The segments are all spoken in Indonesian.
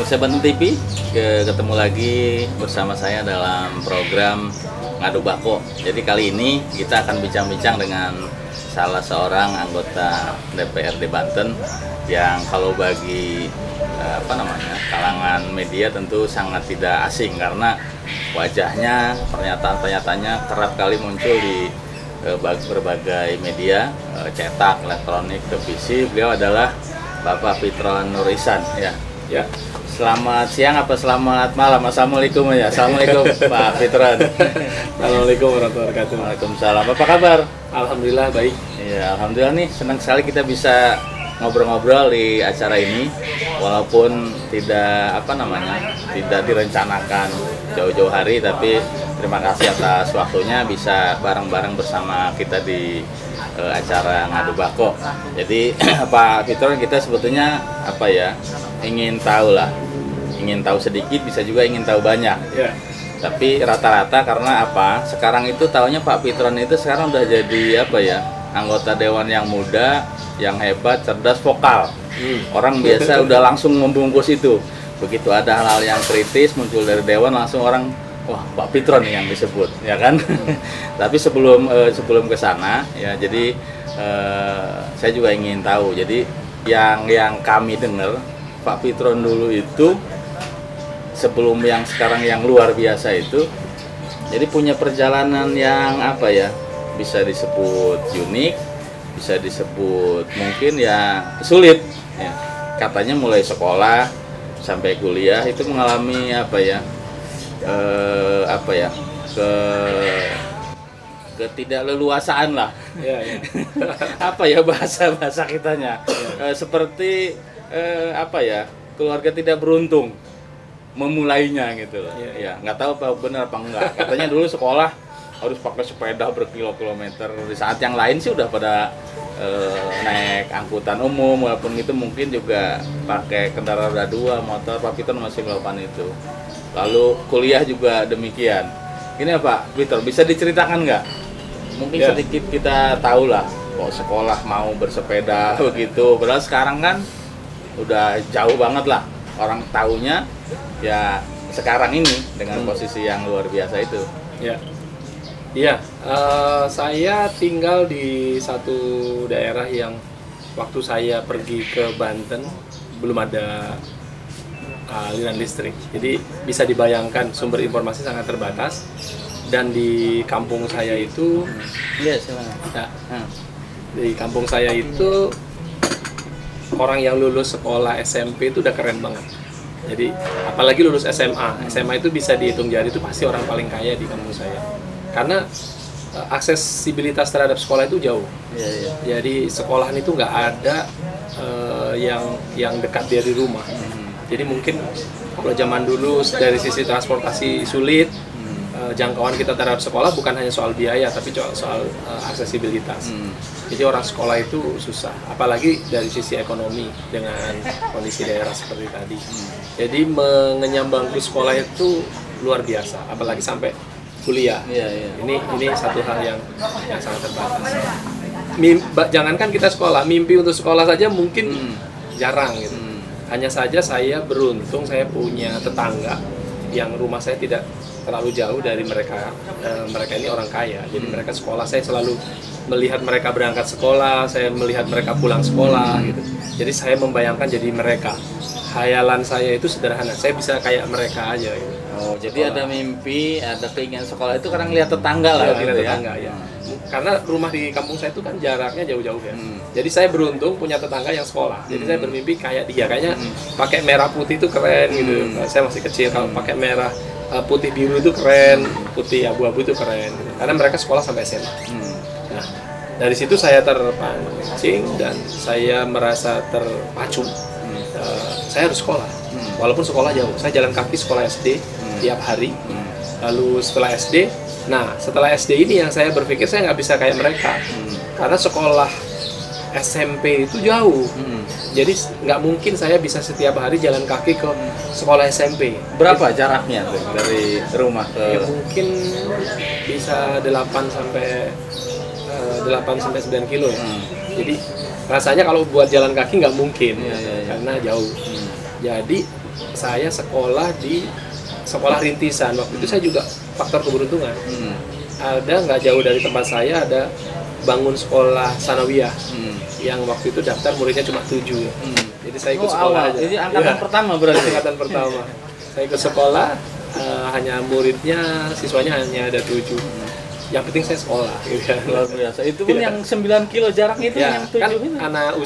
Pemirsa Banten TV, ketemu lagi bersama saya dalam program Ngadu Bako. Jadi kali ini kita akan bincang-bincang dengan salah seorang anggota DPRD Banten yang kalau bagi kalangan media tentu sangat tidak asing karena wajahnya, pernyataan-pernyataannya kerap kali muncul di berbagai media, cetak, elektronik, televisi. Beliau adalah Bapak Fitron Nur Ihsan, ya. Selamat siang apa selamat malam? Assalamualaikum ya. Assalamualaikum Pak Fitron. Assalamualaikum warahmatullahi wabarakatuh. Waalaikumsalam. Apa kabar? Alhamdulillah baik. Ya, alhamdulillah nih, senang sekali kita bisa ngobrol-ngobrol di acara ini, walaupun tidak tidak direncanakan jauh-jauh hari, tapi terima kasih atas waktunya bisa bareng-bareng bersama kita di acara Ngadu Bako. Jadi Pak Fitron, kita sebetulnya ingin tahu sedikit, bisa juga ingin tahu banyak. Ya. Tapi rata-rata karena sekarang itu tahunya Pak Fitron itu sekarang udah jadi anggota dewan yang muda, yang hebat, cerdas, vokal. Orang biasa udah langsung membungkus itu. Begitu ada hal-hal yang kritis muncul dari dewan, langsung orang, wah, Pak Fitron nih yang disebut, ya kan? Tapi sebelum ke sana, ya, jadi saya juga ingin tahu. Jadi yang kami dengar, Pak Fitron dulu itu sebelum yang sekarang yang luar biasa itu, jadi punya perjalanan yang bisa disebut unik, bisa disebut mungkin ya sulit. Ya. Katanya mulai sekolah sampai kuliah itu mengalami ketidakleluasaan lah. Ya. Bahasa kitanya. Seperti keluarga tidak beruntung memulainya gitu loh. Ya, nggak tahu apa benar apa enggak. Katanya dulu sekolah harus pakai sepeda berkilo-kilometer. Di saat yang lain sih udah pada naik angkutan umum, walaupun itu mungkin juga pakai kendaraan roda 2, motor. Pak Fitron masih melakukan itu. Lalu kuliah juga demikian. Ini Pak Fitron, bisa diceritakan nggak? Mungkin sedikit kita tahu lah, kok sekolah mau bersepeda begitu. Padahal sekarang kan udah jauh banget lah orang taunya ya sekarang ini dengan posisi yang luar biasa itu. Iya, saya tinggal di satu daerah yang waktu saya pergi ke Banten belum ada aliran listrik. Jadi bisa dibayangkan sumber informasi sangat terbatas. Dan di kampung saya itu, di kampung saya itu orang yang lulus sekolah SMP itu udah keren banget. Jadi apalagi lulus SMA, SMA itu bisa dihitung jari, itu pasti orang paling kaya di kampung saya. Karena aksesibilitas terhadap sekolah itu jauh. Jadi sekolahan itu nggak ada yang dekat dari rumah. Jadi mungkin kalau zaman dulu dari sisi transportasi sulit, jangkauan kita terhadap sekolah bukan hanya soal biaya, tapi soal aksesibilitas. Jadi orang sekolah itu susah, apalagi dari sisi ekonomi dengan kondisi daerah seperti tadi. Jadi mengenyam bangku sekolah itu luar biasa, apalagi sampai kuliah. Ini satu hal yang sangat terbatas. Jangankan kita sekolah, mimpi untuk sekolah saja mungkin jarang gitu. Hanya saja saya beruntung, saya punya tetangga yang rumah saya tidak terlalu jauh dari mereka. Mereka ini orang kaya, jadi mereka sekolah. Saya selalu melihat mereka berangkat sekolah, saya melihat mereka pulang sekolah gitu. Jadi saya membayangkan jadi mereka. Khayalan saya itu sederhana, saya bisa kayak mereka aja gitu. Oh, jadi ada mimpi, ada keinginan sekolah itu karena lihat tetangga lah gitu tetangga, ya. Karena rumah di kampung saya itu kan jaraknya jauh-jauh ya. Jadi saya beruntung punya tetangga yang sekolah. Jadi saya bermimpi kayak dia, kayaknya pakai merah putih itu keren gitu. Saya masih kecil, kalau pakai merah putih biru itu keren, putih abu-abu itu keren. Karena mereka sekolah sampai SMA. Nah, dari situ saya terpancing dan saya merasa terpacu. Saya harus sekolah, walaupun sekolah jauh. Saya jalan kaki sekolah SD tiap hari. Lalu setelah SD ini yang saya berpikir saya nggak bisa kayak mereka, karena sekolah SMP itu jauh. Jadi nggak mungkin saya bisa setiap hari jalan kaki ke sekolah SMP. Berapa jaraknya tuh dari rumah ke? Ya, mungkin bisa 8 sampai 9 kilo ya. Jadi rasanya kalau buat jalan kaki nggak mungkin, karena jauh. Jadi saya sekolah di sekolah rintisan. Waktu itu saya juga faktor keberuntungan. Ada nggak jauh dari tempat saya ada bangun sekolah sanawiyah yang waktu itu daftar muridnya cuma 7. Jadi saya ikut sekolah aja. Jadi angkatan pertama berarti. Angkatan pertama. Saya ikut sekolah hanya muridnya, siswanya hanya ada 7. Yang penting saya sekolah gitu ya. Luar biasa. Itu pun yang 9 kilo jarak itu Ya, yang 7 kan itu.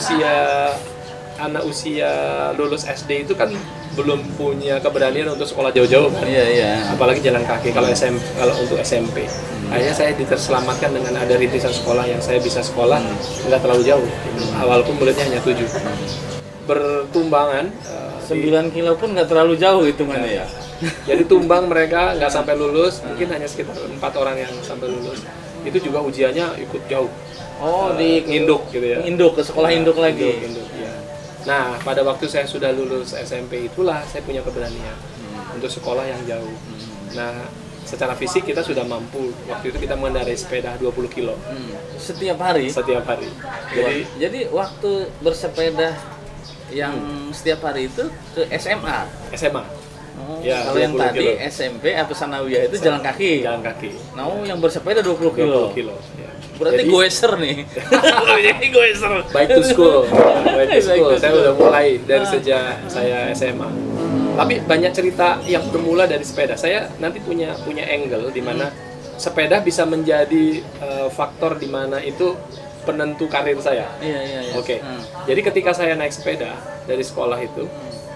anak usia lulus SD itu kan belum punya keberanian untuk sekolah jauh-jauh kan. Iya. Apalagi jalan kaki kalau untuk SMP. Akhirnya saya diterselamatkan dengan ada rintisan sekolah yang saya bisa sekolah nggak terlalu jauh. Walaupun muridnya hanya 7. Bertumbangan 9 kilo pun nggak terlalu jauh hitungannya ya. Jadi tumbang mereka nggak sampai lulus, mungkin hanya sekitar 4 orang yang sampai lulus. Itu juga ujiannya ikut jauh. Di induk gitu ya. Induk ke sekolah induk lagi. Induk, ya. Nah, pada waktu saya sudah lulus SMP itulah saya punya keberanian untuk sekolah yang jauh. Nah, secara fisik kita sudah mampu. Waktu itu kita mengendarai sepeda 20 kilo. Setiap hari? Setiap hari. Jadi waktu bersepeda yang setiap hari itu ke SMA? SMA. Ya, kalau yang tadi kilo. SMP atau sanawiyah itu jalan kaki? Jalan kaki. Nah, yang bersepeda 20 kilo? 20 kilo. Ya. Berarti goeser nih. Jadi goeser. Back to school. Saya udah mulai dari sejak saya SMA. Tapi banyak cerita yang bermula dari sepeda. Saya nanti punya angle di mana sepeda bisa menjadi faktor di mana itu penentu karir saya. Iya. Oke. Jadi ketika saya naik sepeda dari sekolah itu,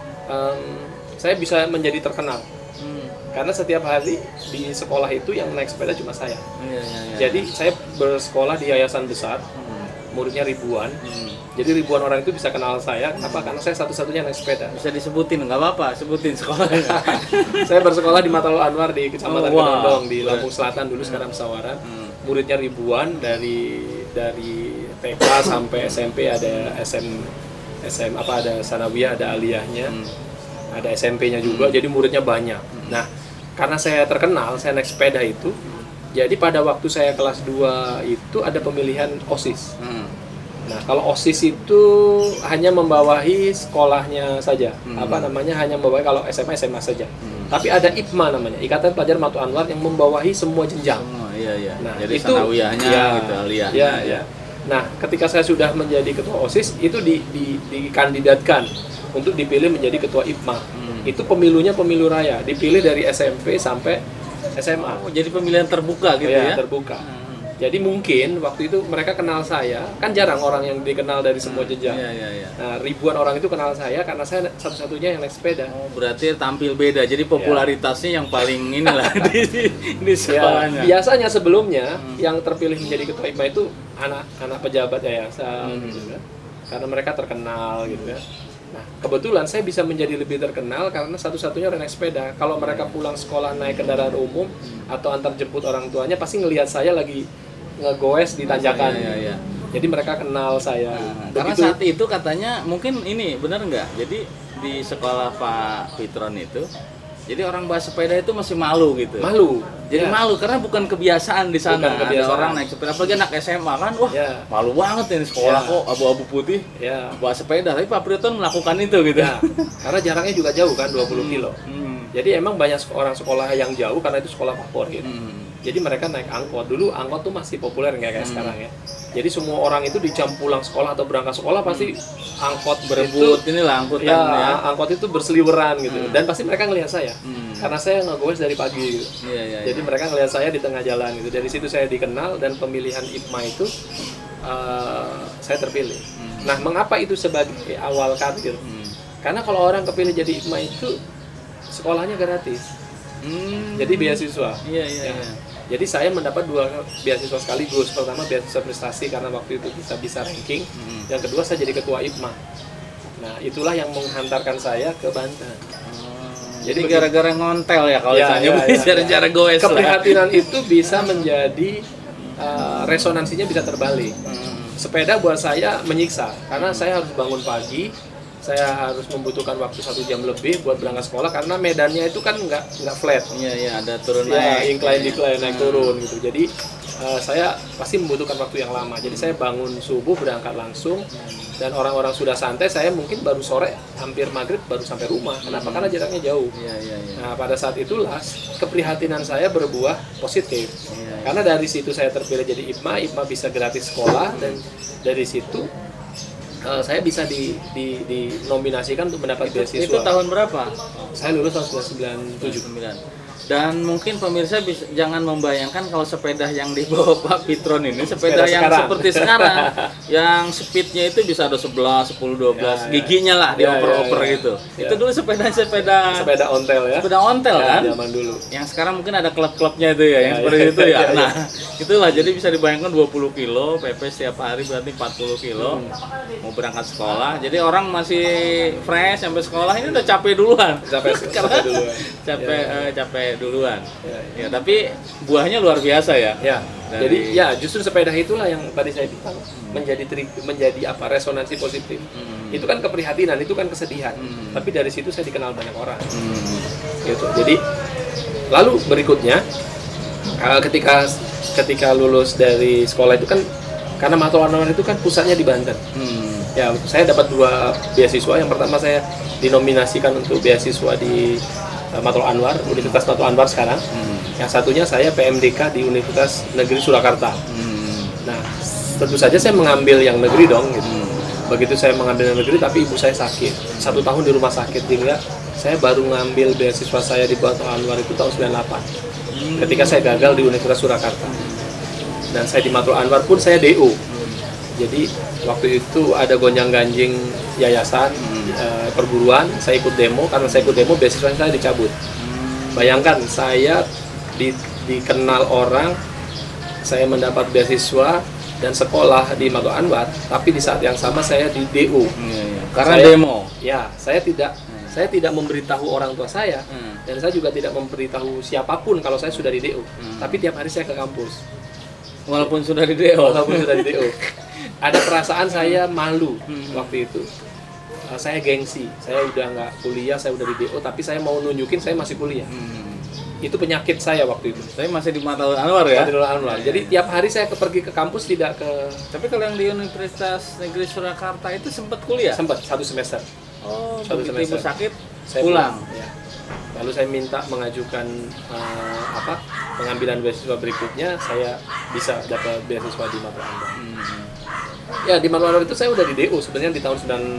saya bisa menjadi terkenal. Karena setiap hari di sekolah itu yang naik sepeda cuma saya. Jadi saya bersekolah di yayasan besar, muridnya ribuan. Jadi ribuan orang itu bisa kenal saya. Kenapa? Karena saya satu-satunya naik sepeda. Bisa disebutin, nggak apa-apa, sebutin sekolahnya. Saya bersekolah di Matalul Anwar di Kecamatan Kedondong di Lampung Selatan dulu, sekarang Sawaran. Muridnya ribuan dari TK sampai SMP, ada ada sanawiyah, ada aliyahnya. Ada SMP-nya juga, jadi muridnya banyak. Nah, karena saya terkenal, saya naik sepeda itu, jadi pada waktu saya kelas 2 itu ada pemilihan OSIS. Nah, kalau OSIS itu hanya membawahi sekolahnya saja. Hanya membawahi kalau SMA saja. Tapi ada IPMA namanya, Ikatan Pelajar Matalul Anwar, yang membawahi semua jenjang. Nah, jadi itu sanawiyahnya gitu, aliyahnya. Ya. Nah, ketika saya sudah menjadi ketua OSIS, itu dikandidatkan untuk dipilih menjadi ketua IPMA. Itu pemilunya pemilu raya, dipilih dari SMP sampai SMA. Jadi pemilihan terbuka gitu ya? Terbuka. Jadi mungkin waktu itu mereka kenal saya, kan jarang orang yang dikenal dari semua jenjang. Nah, ribuan orang itu kenal saya karena saya satu-satunya yang naik sepeda. Berarti tampil beda, jadi popularitasnya yang paling inilah di sekolahnya. Biasanya sebelumnya yang terpilih menjadi ketua IPMA itu anak pejabat yayasan, gitu kan? Karena mereka terkenal gitu ya. Nah, kebetulan saya bisa menjadi lebih terkenal karena satu-satunya orang naik sepeda. Kalau mereka pulang sekolah naik kendaraan umum atau antar jemput orang tuanya, pasti ngelihat saya lagi ngegoes di tanjakan. Jadi mereka kenal saya. Karena saat itu katanya, mungkin ini benar nggak? Jadi di sekolah Pak Fitron itu, jadi orang bawa sepeda itu masih malu gitu. Malu. Jadi malu karena bukan kebiasaan di sana. Ada orang naik sepeda, apalagi anak SMA kan, wah malu banget ini sekolah kok abu-abu putih bawa sepeda. Tapi Pak Fitron melakukan itu gitu. Karena jaraknya juga jauh kan, 20 kilo. Jadi emang banyak orang sekolah yang jauh karena itu sekolah favorit. Jadi mereka naik angkot. Dulu angkot tuh masih populer nggak kayak sekarang ya. Jadi semua orang itu di jam pulang sekolah atau berangkat sekolah pasti angkot berebut inilah angkutan ya. Angkot itu berseliweran gitu. Dan pasti mereka ngelihat saya. Karena saya ngegoes dari pagi gitu. Jadi mereka ngelihat saya di tengah jalan gitu. Dari situ saya dikenal dan pemilihan IPMA itu saya terpilih. Nah, mengapa itu sebagai awal karir? Karena kalau orang kepilih jadi IPMA itu sekolahnya gratis. Jadi beasiswa. Jadi saya mendapat 2 beasiswa sekaligus. Pertama beasiswa prestasi karena waktu itu bisa ranking. Yang kedua saya jadi ketua IPMA. Nah, itulah yang menghantarkan saya ke Banten. Jadi gara-gara ngontel ya kalau cara goes. Keprihatinan itu bisa menjadi resonansinya bisa terbalik. Sepeda buat saya menyiksa karena saya harus bangun pagi. Saya harus membutuhkan waktu 1 jam lebih buat berangkat sekolah karena medannya itu kan nggak flat. Ada turun naik. Incline naik turun gitu. Jadi saya pasti membutuhkan waktu yang lama. Jadi saya bangun subuh berangkat langsung, dan orang-orang sudah santai, saya mungkin baru sore hampir maghrib baru sampai rumah. Kenapa? Karena jaraknya jauh. Nah, pada saat itulah keprihatinan saya berbuah positif. Karena dari situ saya terpilih jadi IPMA bisa gratis sekolah, dan dari situ saya bisa dinominasikan untuk mendapat beasiswa. Itu tahun berapa? Saya lulus tahun 1997. Dan mungkin pemirsa jangan membayangkan kalau sepeda yang dibawa Pak Pitron ini sepeda yang sekarang. Seperti sekarang yang speednya itu bisa ada 11, 10, 12 giginya lah dioper-oper gitu. Itu dulu sepeda ontel ya. Sepeda ontel kan? Zaman dulu. Yang sekarang mungkin ada klub-klubnya itu ya, yang seperti itu ya. Nah, itulah jadi bisa dibayangkan 20 kilo PP setiap hari berarti 40 kilo mau berangkat sekolah. Jadi orang masih fresh sampai sekolah ini udah capek duluan. Capek duluan. Ya, tapi buahnya luar biasa ya. Jadi ya justru sepeda itulah yang tadi saya bilang menjadi apa resonansi positif. Itu kan keprihatinan, itu kan kesedihan. Tapi dari situ saya dikenal banyak orang. Gitu. Jadi lalu berikutnya ketika lulus dari sekolah itu kan karena Matul Anwar itu kan pusatnya di Banten. Ya, saya dapat 2 beasiswa. Yang pertama saya dinominasikan untuk beasiswa di Matul Anwar, Universitas Matul Anwar sekarang. Yang satunya saya PMDK di Universitas Negeri Surakarta. Nah, tentu saja saya mengambil yang negeri dong gitu. Begitu saya mengambil yang negeri, tapi ibu saya sakit 1 tahun di rumah sakit, sehingga saya baru ngambil beasiswa saya di Matul Anwar itu tahun 98 ketika saya gagal di Universitas Surakarta. Dan saya di Matul Anwar pun saya DO. Jadi waktu itu ada gonjang-ganjing yayasan perguruan, saya ikut demo. Karena saya ikut demo, beasiswa saya dicabut. Bayangkan saya dikenal orang, saya mendapat beasiswa dan sekolah di Matul Anwar, tapi di saat yang sama saya di DO. Karena demo. Ya, saya tidak memberitahu orang tua saya, dan saya juga tidak memberitahu siapapun kalau saya sudah di DO. Tapi tiap hari saya ke kampus. Walaupun sudah di DO. Ada perasaan saya malu waktu itu. Saya gengsi, saya udah nggak kuliah, saya udah di DO, tapi saya mau nunjukin saya masih kuliah. Itu penyakit saya waktu itu. Saya masih di Matul Anwar ya? Matul Anwar. Jadi tiap hari saya pergi ke kampus, tidak ke... Tapi kalau yang di Universitas Negeri Surakarta itu sempat kuliah? Sempat, 1 semester. Oh, begitu ibu sakit, saya pulang. Ya. Lalu saya minta mengajukan pengambilan beasiswa berikutnya, saya bisa dapat beasiswa di Matul Anwar. Ya, di Matul Anwar itu saya udah di DO sebenarnya di tahun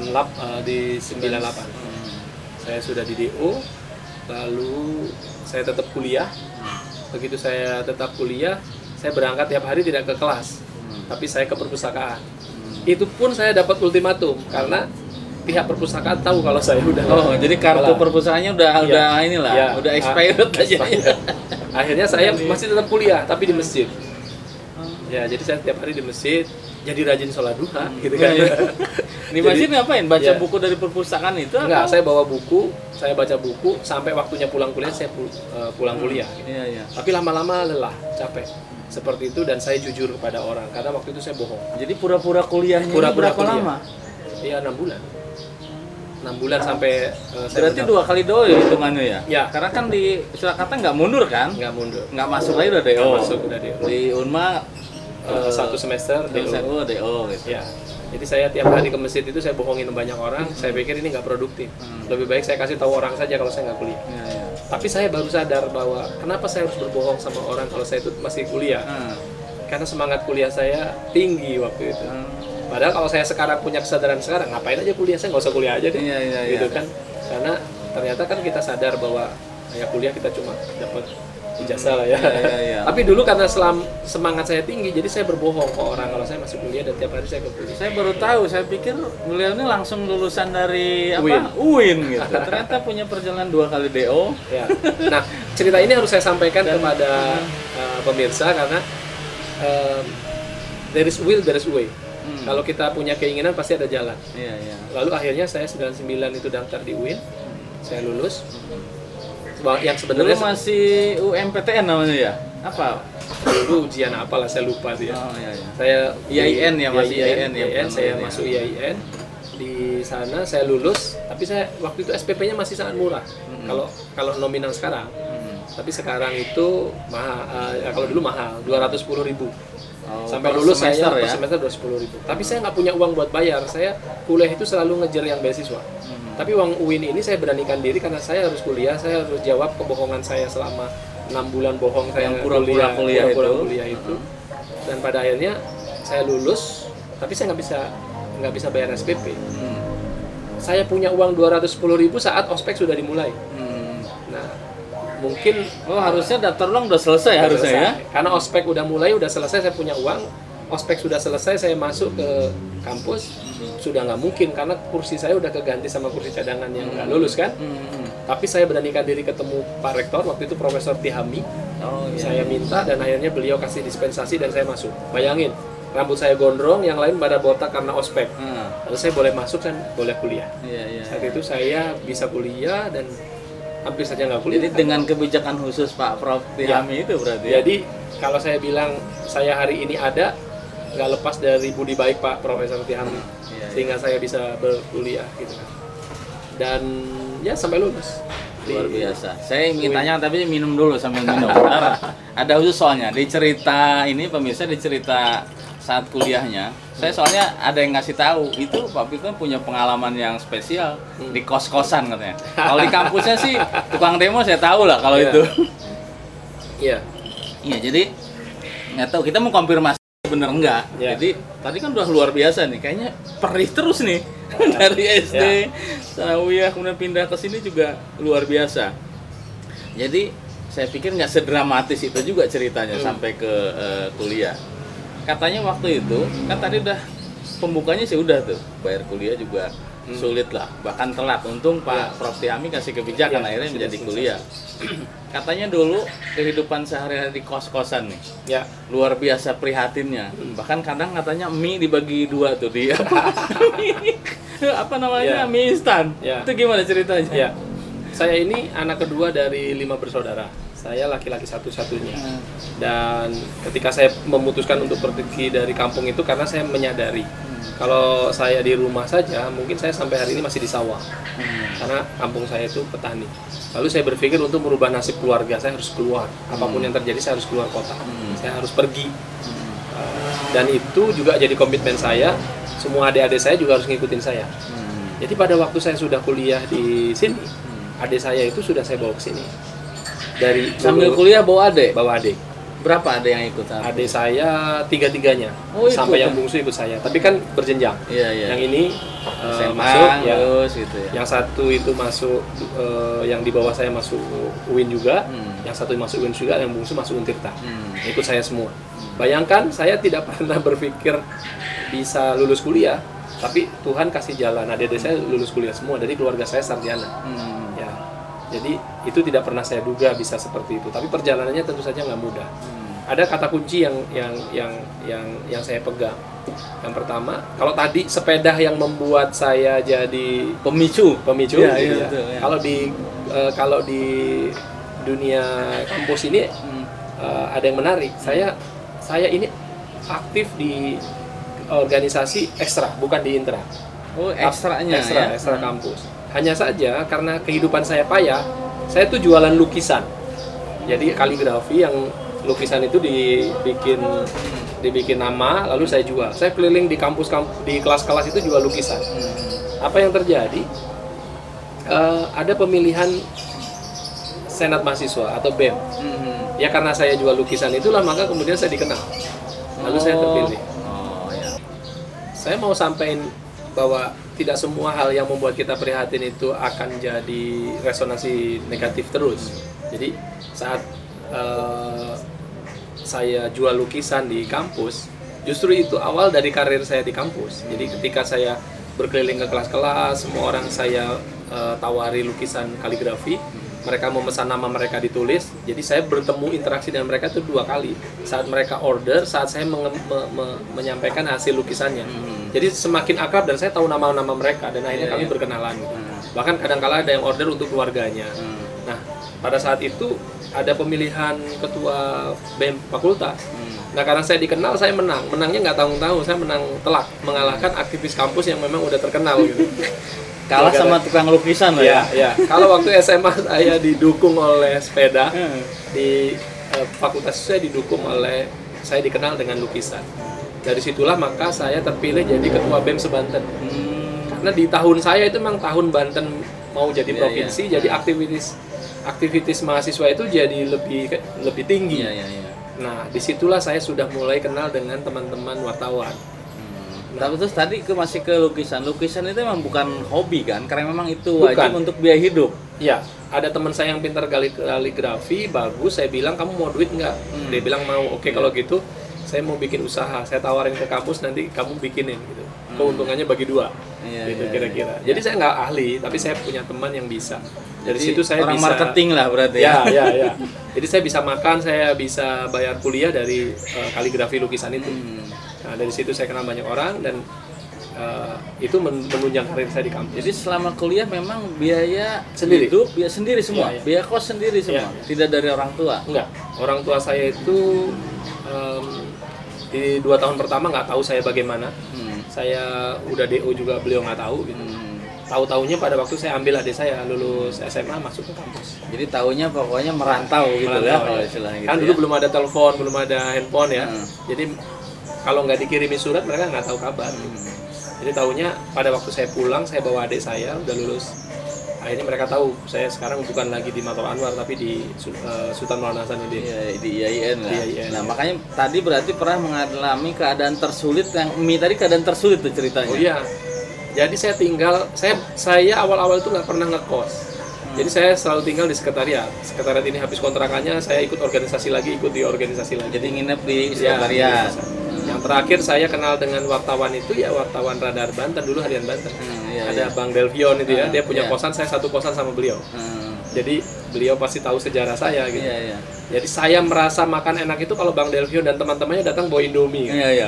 98. Saya sudah di DO, lalu saya tetap kuliah. Begitu saya tetap kuliah, saya berangkat tiap hari tidak ke kelas, tapi saya ke perpustakaan. Itu pun saya dapat ultimatum karena pihak perpustakaan tahu kalau saya udah jadi kartu perpustakaannya udah expired aja. Akhirnya saya masih tetap kuliah tapi di masjid. Ya, jadi saya tiap hari di masjid, jadi rajin sholat duha gitu kan. Di masjid ngapain? Baca buku dari perpustakaan itu? Enggak, saya bawa buku, saya baca buku sampai waktunya pulang kuliah, saya pulang kuliah gitu. Tapi lama-lama lelah, capek. Seperti itu, dan saya jujur kepada orang karena waktu itu saya bohong. Jadi pura-pura kuliahnya berapa lama? Iya, 6 bulan. 6 bulan sampai berarti 2 kali DO ya hitungannya ya? Ya. Karena kan di Surakarta nggak mundur kan? Nggak mundur. Nggak masuk lagi udah DO. Di Unma 1 semester DO gitu. Ya. Jadi saya tiap hari ke masjid itu saya bohongin banyak orang. Saya pikir ini nggak produktif. Lebih baik saya kasih tahu orang saja kalau saya nggak kuliah. Tapi saya baru sadar bahwa kenapa saya harus berbohong sama orang kalau saya itu masih kuliah. Karena semangat kuliah saya tinggi waktu itu. Padahal kalau saya sekarang punya kesadaran sekarang, ngapain aja kuliah, saya nggak usah kuliah aja deh, gitu kan? Karena ternyata kan kita sadar bahwa ya kuliah kita cuma dapat ijazah lah ya. Tapi dulu karena semangat saya tinggi, jadi saya berbohong ke orang kalau saya masih kuliah dan tiap hari saya ke kuliah. Saya baru tahu, saya pikir beliau ini langsung lulusan dari UIN gitu. Ternyata punya perjalanan 2 kali DO. Ya. Nah, cerita ini harus saya sampaikan kepada pemirsa karena there is will, there is way. Kalau kita punya keinginan pasti ada jalan. Lalu akhirnya saya 99 itu daftar di UIN, saya lulus. Yang sebenarnya dulu masih UMPTN namanya ya? Apa? Dulu ujian apalah saya lupa sih ya. Saya IAIN ya, masih IAIN. Saya masuk IAIN. Di sana saya lulus, tapi saya waktu itu SPP-nya masih sangat murah. Kalau nominal sekarang. Tapi sekarang itu mahal, kalau dulu mahal, 210.000. Sampai per lulus saya semester per ya? semester 210.000. Tapi saya nggak punya uang buat bayar. Saya kuliah itu selalu ngejar yang beasiswa. Tapi uang UIN ini saya beranikan diri karena saya harus kuliah, saya harus jawab kebohongan saya selama 6 bulan bohong saya Yang pura-pura kuliah itu. Dan pada akhirnya saya lulus, tapi saya nggak bisa bayar SPP. Saya punya uang 210.000 saat ospek sudah dimulai. Nah, mungkin harusnya daftar ulang udah selesai harusnya ya. Karena ospek udah mulai, udah selesai, saya punya uang. Ospek sudah selesai, saya masuk ke kampus, sudah nggak mungkin karena kursi saya udah keganti sama kursi cadangan yang nggak lulus kan. Tapi saya beranikan diri ketemu Pak Rektor, waktu itu Profesor Tihami. Saya minta dan akhirnya beliau kasih dispensasi dan saya masuk. Bayangin, rambut saya gondrong, yang lain pada botak karena ospek. Lalu saya boleh masuk dan boleh kuliah. Saat itu saya bisa kuliah dan hampir saja nggak kuliah. Jadi dengan kebijakan khusus Pak Prof Tihami itu berarti. Jadi kalau saya bilang saya hari ini ada, nggak lepas dari budi baik Pak Profesor Tihami, sehingga saya bisa berkuliah gitu kan. Dan ya sampai lulus. Luar biasa. Saya ingin tanya tapi minum dulu sambil minum. Ada khusus soalnya di cerita ini pemirsa, di cerita saat kuliahnya, saya soalnya ada yang ngasih tahu itu Pak Pito punya pengalaman yang spesial di kos-kosan katanya. Kalau di kampusnya sih tukang demo saya tahu lah kalau itu. Iya, jadi nggak tahu, kita mau konfirmasi bener enggak. Jadi tadi kan udah luar biasa nih, kayaknya perih terus nih dari SD, Sanawiyah kemudian pindah ke sini juga luar biasa. Jadi saya pikir nggak sedramatis itu juga ceritanya sampai ke kuliah. Katanya waktu itu kan tadi udah pembukanya sih udah tuh, bayar kuliah juga sulit lah, bahkan telat. Untung Pak Prof Tihami kasih kebijakan akhirnya menjadi kuliah. Katanya dulu kehidupan sehari-hari di kos-kosan nih, luar biasa prihatinnya. Bahkan kadang katanya mie dibagi dua tuh dia. Apa namanya, mie instan. Itu gimana ceritanya? Saya ini anak kedua dari 5 bersaudara. Saya laki-laki satu-satunya. Dan ketika saya memutuskan untuk pergi dari kampung itu karena saya menyadari kalau saya di rumah saja, mungkin saya sampai hari ini masih di sawah. Karena kampung saya itu petani. Lalu saya berpikir untuk merubah nasib keluarga, saya harus keluar. Apapun yang terjadi, saya harus keluar kota. Saya harus pergi. Dan itu juga jadi komitmen saya. Semua adik-adik saya juga harus ngikutin saya. Jadi pada waktu saya sudah kuliah di sini, adik saya itu sudah saya bawa ke sini. Dari sambil kuliah bawa adik? Bawa adik. Berapa adik yang ikut? Adik saya 3-3-nya, sampai yang bungsu ikut saya. Tapi kan berjenjang. Yang ini masuk, gitu ya. Yang satu itu masuk, yang di bawah saya masuk UIN juga. Yang satu masuk UIN juga, yang bungsu masuk Untirta. Ikut saya semua. Bayangkan saya tidak pernah berpikir bisa lulus kuliah, tapi Tuhan kasih jalan. Adik-adik saya lulus kuliah semua, dari keluarga saya sarjana. Jadi itu tidak pernah saya duga bisa seperti itu. Tapi perjalanannya tentu saja nggak mudah. Ada kata kunci yang saya pegang. Yang pertama, kalau tadi sepeda yang membuat saya jadi pemicu. Kalau di dunia kampus ini ada yang menarik. Saya ini aktif di organisasi ekstra, bukan di intra. Ekstra kampus. Hanya saja karena kehidupan saya payah, saya tuh jualan lukisan. Jadi kaligrafi yang lukisan itu dibikin nama, lalu saya jual. Saya keliling di di kelas-kelas itu jual lukisan. Apa yang terjadi? Ada pemilihan Senat Mahasiswa atau BEM. Ya karena saya jual lukisan itulah maka kemudian saya dikenal. Lalu saya terpilih. Saya mau sampaikan bahwa tidak semua hal yang membuat kita prihatin itu akan jadi resonansi negatif terus. Jadi saat saya jual lukisan di kampus, justru itu awal dari karir saya di kampus. Jadi ketika saya berkeliling ke kelas-kelas, semua orang saya tawari lukisan kaligrafi, mereka memesan nama mereka ditulis. Jadi saya bertemu interaksi dengan mereka itu 2 kali. Saat mereka order, saat saya menyampaikan hasil lukisannya. Jadi semakin akrab dan saya tahu nama-nama mereka dan akhirnya kami berkenalan. Bahkan kadang-kala ada yang order untuk keluarganya. Nah, pada saat itu ada pemilihan ketua BEM fakultas. Nah, karena saya dikenal, saya menang. Menangnya nggak tanggung-tanggung, saya menang telak, mengalahkan aktivis kampus yang memang udah terkenal gitu. Kalah sama tukang lukisan lah ya. Ya. Kalau waktu SMA saya didukung oleh sepeda, di fakultas saya didukung oleh, saya dikenal dengan lukisan. Dari situlah maka saya terpilih jadi ketua BEM Banten. Karena di tahun saya itu memang tahun Banten mau jadi provinsi, jadi aktivitas mahasiswa itu jadi lebih tinggi. Nah, disitulah saya sudah mulai kenal dengan teman-teman wartawan. Tapi terus tadi masih ke lukisan. Lukisan itu memang bukan hobi kan? Karena memang itu wajib untuk biaya hidup. Iya, ada teman saya yang pintar kaligrafi, bagus. Saya bilang, kamu mau duit nggak? Dia bilang mau. Oke, kalau gitu saya mau bikin usaha. Saya tawarin ke kampus, nanti kamu bikinin gitu. Keuntungannya bagi 2. Gitu kira-kira. Jadi saya nggak ahli, tapi saya punya teman yang bisa. Dari situ saya orang bisa marketing lah berarti ya. Ya. Jadi saya bisa makan, saya bisa bayar kuliah dari kaligrafi lukisan itu. Nah, dari situ saya kenal banyak orang dan itu menunjang karir saya di kampus. Jadi selama kuliah memang biaya sendiri, hidup biaya sendiri semua, biaya kos sendiri semua, tidak dari orang tua. Enggak, orang tua saya itu di 2 tahun pertama nggak tahu saya bagaimana. Saya udah DO juga beliau nggak tahu gitu. Tahu-taunya pada waktu saya ambil adik saya lulus SMA masuk ke kampus. Jadi tahunya pokoknya merantau gitu ya kalau istilahnya gitu. Kan dulu belum ada telepon, belum ada handphone ya. Jadi kalau nggak dikirimi surat mereka nggak tahu kabar. Jadi tahunya pada waktu saya pulang, saya bawa adik saya udah lulus. Akhirnya mereka tahu saya sekarang bukan lagi di Mator Anwar tapi di Sultan Maulana Hasanuddin. Di IAIN lah. Nah makanya tadi berarti pernah mengalami keadaan tersulit yang tadi keadaan tersulit tuh ceritanya. Oh iya. Jadi saya tinggal, saya awal-awal itu nggak pernah ngekos. Jadi saya selalu tinggal di sekretariat. Sekretariat ini habis kontrakannya, saya ikut organisasi lagi, ikut di organisasi lagi. Jadi nginep di sekretariat. Yang terakhir saya kenal dengan wartawan itu ya wartawan Radar Banten, dulu Harian Banten. Ada Bang Delvion itu ya, dia punya kosan, saya satu kosan sama beliau. Jadi beliau pasti tahu sejarah saya gitu. Jadi saya merasa makan enak itu kalau Bang Delvion dan teman-temannya datang bawa Indomie.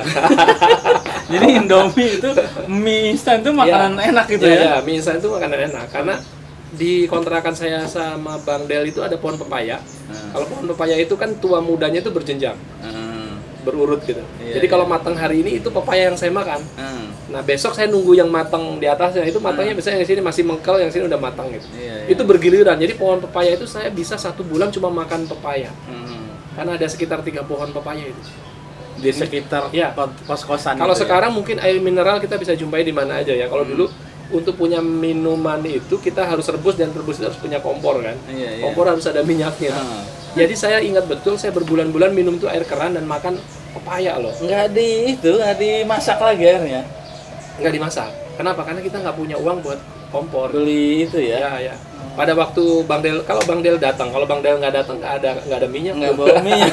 Jadi Indomie itu mie instan itu makanan enak gitu ya? Iya, mie instan itu makanan enak karena di kontrakan saya sama Bang Del itu ada pohon pepaya. Kalau pohon pepaya itu kan tua mudanya itu berjenjang, berurut gitu. Jadi kalau matang hari ini itu pepaya yang saya makan. Nah besok saya nunggu yang matang di atasnya, itu matangnya biasanya yang sini masih mengkel, yang sini udah matang gitu. Itu bergiliran. Jadi pohon pepaya itu saya bisa 1 bulan cuma makan pepaya. Karena ada sekitar 3 pohon pepaya itu di sekitar kos-kosan. Kalau sekarang mungkin air mineral kita bisa jumpai di mana aja ya. Kalau dulu untuk punya minuman itu kita harus rebus, dan rebus itu harus punya kompor kan. Kompor harus ada minyaknya. Jadi saya ingat betul saya berbulan-bulan minum tuh air keran dan makan pepaya loh. Nggak dimasak lagi airnya. Nggak dimasak. Kenapa? Karena kita nggak punya uang buat kompor. Beli itu ya. Ya. Pada waktu Bang Del, kalau Bang Del datang, kalau Bang Del nggak datang nggak ada minyak. Nggak bawa minyak.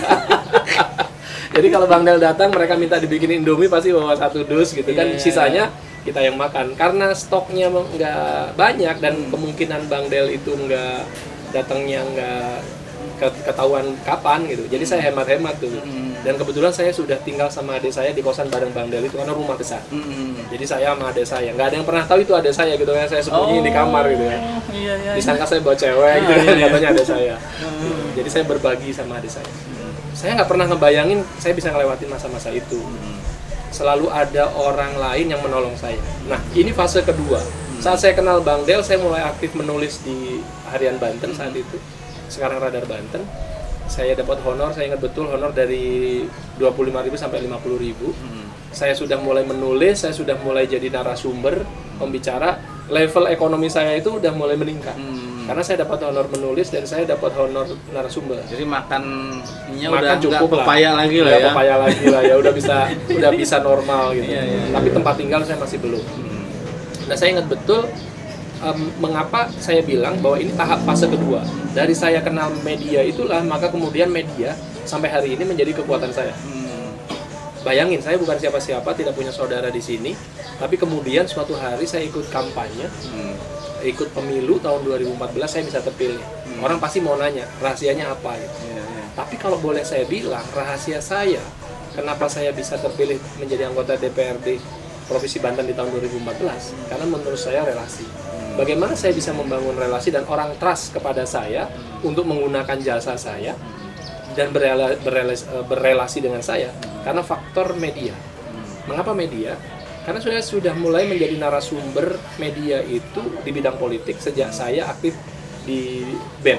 Jadi kalau Bang Del datang, mereka minta dibikinin Indomie pasti bawa 1 dus gitu kan. Sisanya kita yang makan. Karena stoknya nggak banyak dan kemungkinan Bang Del itu nggak datangnya nggak ketahuan kapan gitu. Jadi saya hemat-hemat tuh. Dan kebetulan saya sudah tinggal sama adik saya di kosan bareng Bang Del itu karena rumah besar. Jadi saya sama adik saya, nggak ada yang pernah tahu itu adik saya gitu ya. Saya sembunyiin di kamar gitu ya. Disangka saya bawa cewek gitu kan, katanya adik saya. Jadi saya berbagi sama adik saya. Saya nggak pernah ngebayangin saya bisa ngelewatin masa-masa itu. Selalu ada orang lain yang menolong saya. Nah, ini fase kedua. Saat saya kenal Bang Del, saya mulai aktif menulis di Harian Banten saat itu. Sekarang Radar Banten. Saya dapat honor, saya ingat betul honor dari 25.000 sampai 50.000. Saya sudah mulai menulis, saya sudah mulai jadi narasumber, pembicara. Level ekonomi saya itu udah mulai meningkat. Karena saya dapat honor menulis dan saya dapat honor narasumber. Jadi makannya udah cukup pepaya lagi lah ya. Pepaya lagi lah ya, udah bisa normal gitu. Tapi tempat tinggal saya masih belum. Nah, saya ingat betul mengapa saya bilang bahwa ini tahap fase kedua. Dari saya kenal media itulah, maka kemudian media sampai hari ini menjadi kekuatan saya. Bayangin, saya bukan siapa-siapa, tidak punya saudara di sini, tapi kemudian suatu hari saya ikut kampanye, ikut pemilu tahun 2014, saya bisa terpilih. Orang pasti mau nanya, rahasianya apa gitu. Tapi kalau boleh saya bilang, rahasia saya, kenapa saya bisa terpilih menjadi anggota DPRD Provinsi Banten di tahun 2014, karena menurut saya relasi. Bagaimana saya bisa membangun relasi dan orang trust kepada saya untuk menggunakan jasa saya dan berrelasi dengan saya, karena faktor media. Mengapa media? Karena saya sudah mulai menjadi narasumber media itu di bidang politik sejak saya aktif di BEM.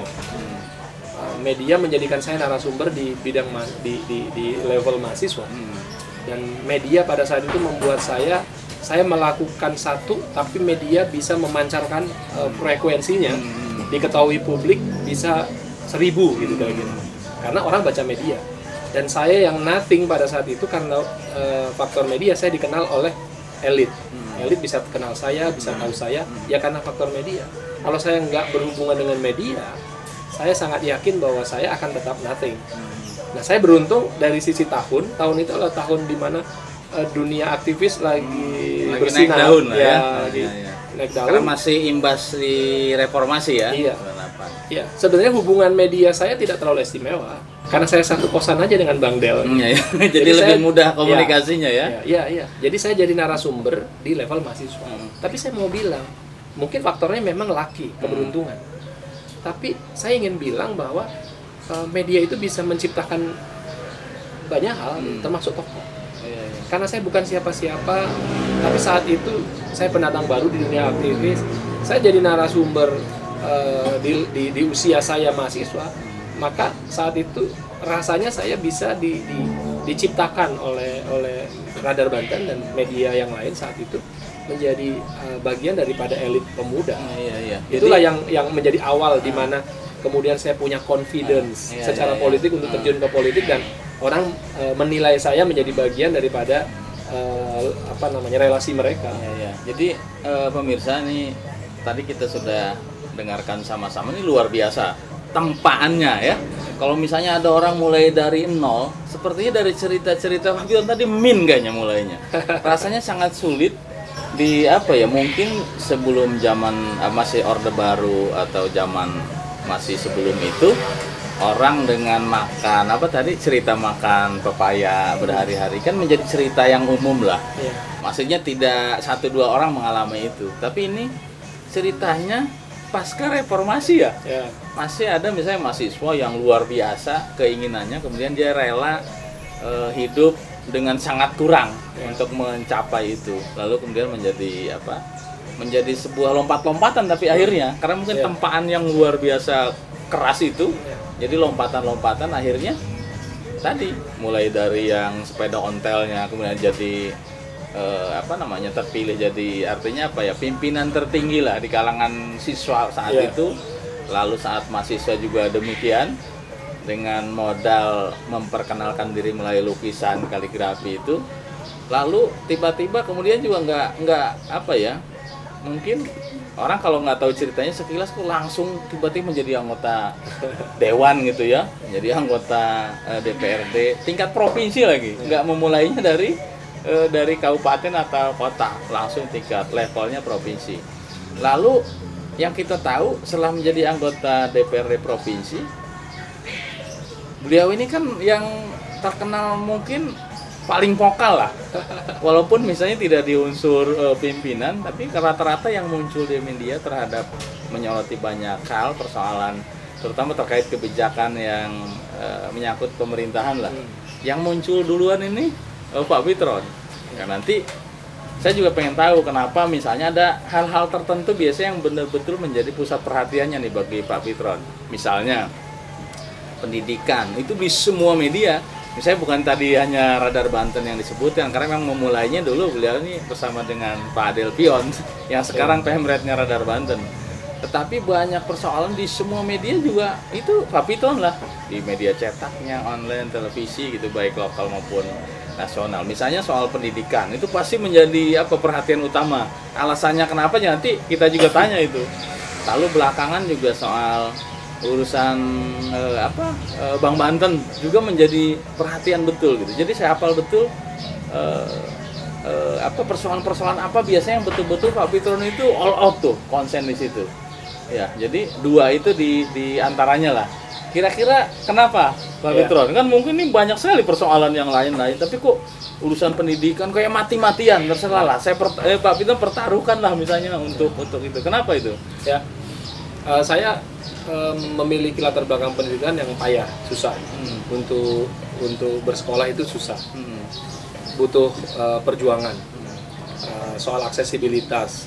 Media menjadikan saya narasumber di bidang di level mahasiswa. Dan media pada saat itu membuat saya melakukan satu, tapi media bisa memancarkan frekuensinya, diketahui publik bisa 1000 gitu kayak gitu. Karena orang baca media. Dan saya yang nothing pada saat itu karena faktor media saya dikenal oleh elit. Elit bisa kenal saya, bisa tahu saya, ya karena faktor media. Kalau saya nggak berhubungan dengan media, saya sangat yakin bahwa saya akan tetap nothing. Nah, saya beruntung dari sisi tahun itu adalah tahun di mana dunia aktivis lagi bersinar, naik daun lah ya. Naik daun. Karena masih imbas di reformasi ya. Iya. Iya. Sebenarnya hubungan media saya tidak terlalu istimewa, karena saya satu kosan aja dengan Bang Del. Iya. Jadi lebih mudah komunikasinya ya. Iya. Jadi saya jadi narasumber di level mahasiswa. Tapi saya mau bilang, mungkin faktornya memang laki, keberuntungan. Tapi saya ingin bilang bahwa media itu bisa menciptakan banyak hal, termasuk tokoh. Karena saya bukan siapa-siapa, tapi saat itu saya pendatang baru di dunia aktivis. Saya jadi narasumber di usia saya mahasiswa, maka saat itu rasanya saya bisa diciptakan oleh Radar Banten dan media yang lain saat itu menjadi bagian daripada elit pemuda. Itulah yang menjadi awal di mana kemudian saya punya confidence secara politik untuk terjun ke politik, dan orang menilai saya menjadi bagian daripada relasi mereka. Jadi pemirsa, ini tadi kita sudah dengarkan sama-sama, ini luar biasa tempaannya ya. Kalau misalnya ada orang mulai dari nol, sepertinya dari cerita-cerita tadi kayaknya mulainya. Rasanya sangat sulit mungkin sebelum zaman masih Orde Baru atau zaman masih sebelum itu, orang dengan makan cerita makan pepaya berhari-hari kan menjadi cerita yang umum lah. Maksudnya tidak 1-2 orang mengalami itu, tapi ini ceritanya pasca reformasi ya. Masih ada misalnya mahasiswa yang luar biasa keinginannya, kemudian dia rela hidup dengan sangat kurang untuk mencapai itu, lalu kemudian menjadi sebuah lompat-lompatan, tapi akhirnya karena mungkin tempaan yang luar biasa keras itu, jadi lompatan-lompatan akhirnya tadi mulai dari yang sepeda ontelnya kemudian jadi terpilih jadi artinya pimpinan tertinggi lah di kalangan siswa saat itu. Lalu saat mahasiswa juga demikian, dengan modal memperkenalkan diri melalui lukisan, kaligrafi itu. Lalu tiba-tiba kemudian juga nggak mungkin orang kalau nggak tahu ceritanya sekilas kok langsung tiba-tiba menjadi anggota dewan gitu ya, jadi anggota DPRD tingkat provinsi lagi, nggak memulainya dari kabupaten atau kota, langsung tingkat levelnya provinsi. Lalu yang kita tahu setelah menjadi anggota DPRD provinsi, beliau ini kan yang terkenal mungkin paling vokal lah, walaupun misalnya tidak di unsur pimpinan, tapi rata-rata yang muncul di media terhadap menyoroti banyak hal, persoalan terutama terkait kebijakan yang menyangkut pemerintahan lah. Yang muncul duluan ini Pak Pitron. Nah, nanti saya juga pengen tahu kenapa misalnya ada hal-hal tertentu biasanya yang benar-betul menjadi pusat perhatiannya nih bagi Pak Pitron. Misalnya pendidikan, itu di semua media. Misalnya bukan tadi hanya Radar Banten yang disebutkan, karena memang memulainya dulu beliau ini bersama dengan Pak Adel Pion yang sekarang pemretnya Radar Banten. Tetapi banyak persoalan di semua media juga itu Pak Pitron lah, di media cetaknya, online, televisi gitu, baik lokal maupun nasional. Misalnya soal pendidikan itu pasti menjadi perhatian utama. Alasannya kenapa nanti kita juga tanya itu. Lalu belakangan juga soal urusan Bank Banten juga menjadi perhatian betul gitu. Jadi saya hafal betul persoalan-persoalan apa biasanya yang betul-betul Pak Pitron itu all out tuh, konsen di situ. Ya, jadi dua itu di antaranya lah. Kira-kira kenapa Pak Pitron? Kan mungkin ini banyak sekali persoalan yang lain-lain, tapi kok urusan pendidikan kayak mati-matian, terserah lah. Pak Pitron pertaruhkan lah misalnya untuk itu. Kenapa itu? Ya, saya memiliki latar belakang pendidikan yang payah, susah. Untuk bersekolah itu susah, butuh perjuangan. soal aksesibilitas,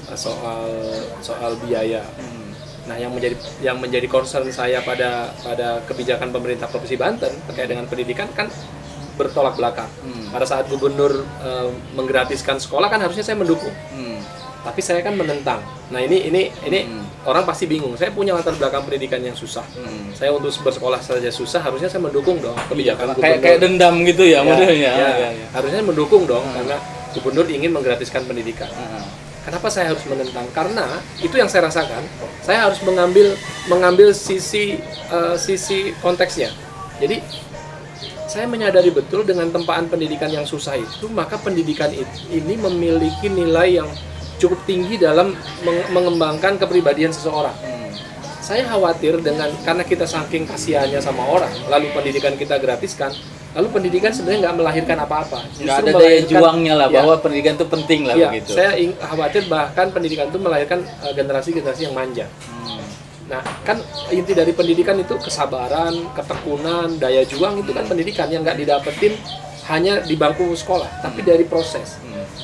soal biaya. Nah, yang menjadi concern saya pada kebijakan pemerintah Provinsi Banten terkait dengan pendidikan kan bertolak belakang. Pada saat gubernur menggratiskan sekolah kan harusnya saya mendukung. Tapi saya kan menentang. Nah, ini orang pasti bingung. Saya punya latar belakang pendidikan yang susah. Saya untuk bersekolah saja susah, harusnya saya mendukung dong kebijakan gubernur. Kayak dendam gitu ya modelnya. Ya. Harusnya mendukung dong karena gubernur ingin menggratiskan pendidikan. Kenapa saya harus menentang? Karena itu yang saya rasakan. Saya harus mengambil sisi konteksnya. Jadi saya menyadari betul dengan tempaan pendidikan yang susah itu, maka pendidikan ini memiliki nilai yang cukup tinggi dalam mengembangkan kepribadian seseorang. Saya khawatir karena kita saking kasihannya sama orang, lalu pendidikan kita gratiskan, lalu pendidikan sebenarnya nggak melahirkan apa-apa. Nggak ada daya juangnya lah, bahwa pendidikan itu penting lah begitu. Saya khawatir bahkan pendidikan itu melahirkan generasi-generasi yang manja. Nah, kan inti dari pendidikan itu kesabaran, ketekunan, daya juang, itu kan pendidikan yang nggak didapetin hanya di bangku sekolah, tapi dari proses.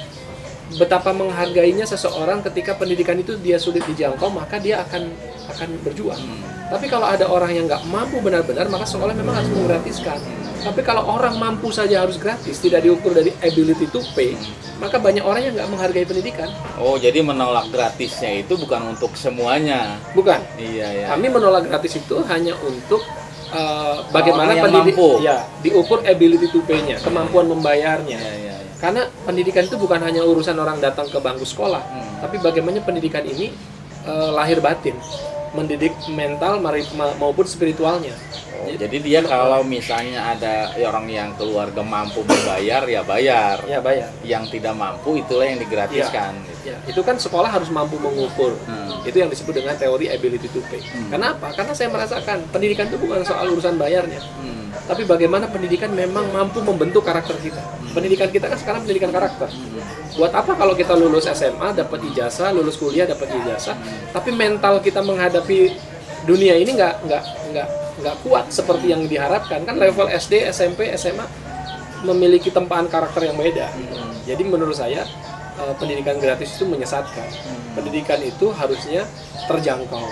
Betapa menghargainya seseorang ketika pendidikan itu dia sulit dijangkau, maka dia akan berjuang. Tapi kalau ada orang yang nggak mampu benar-benar, maka sekolah memang harus menggratiskan. Tapi kalau orang mampu saja harus gratis, tidak diukur dari ability to pay, maka banyak orang yang nggak menghargai pendidikan. Oh, jadi menolak gratisnya itu bukan untuk semuanya. Bukan. Iya. Kami menolak gratis itu hanya untuk bagaimana pendidikan diukur ability to pay-nya, kemampuan membayarnya. Iya. Karena pendidikan itu bukan hanya urusan orang datang ke bangku sekolah, tapi bagaimana pendidikan ini lahir batin, mendidik mental maupun spiritualnya. Jadi dia kalau misalnya ada orang yang keluarga mampu membayar, ya bayar. Ya bayar. Yang tidak mampu itulah yang digratiskan. Ya. Itu kan sekolah harus mampu mengukur. Itu yang disebut dengan teori ability to pay. Kenapa? Karena saya merasakan pendidikan itu bukan soal urusan bayarnya. Tapi bagaimana pendidikan memang mampu membentuk karakter kita. Pendidikan kita kan sekarang pendidikan karakter. Buat apa kalau kita lulus SMA dapat ijazah, lulus kuliah dapat ijazah, tapi mental kita menghadapi dunia ini nggak kuat seperti yang diharapkan. Kan level SD, SMP, SMA memiliki tempaan karakter yang beda. Jadi menurut saya pendidikan gratis itu menyesatkan. Pendidikan itu harusnya terjangkau.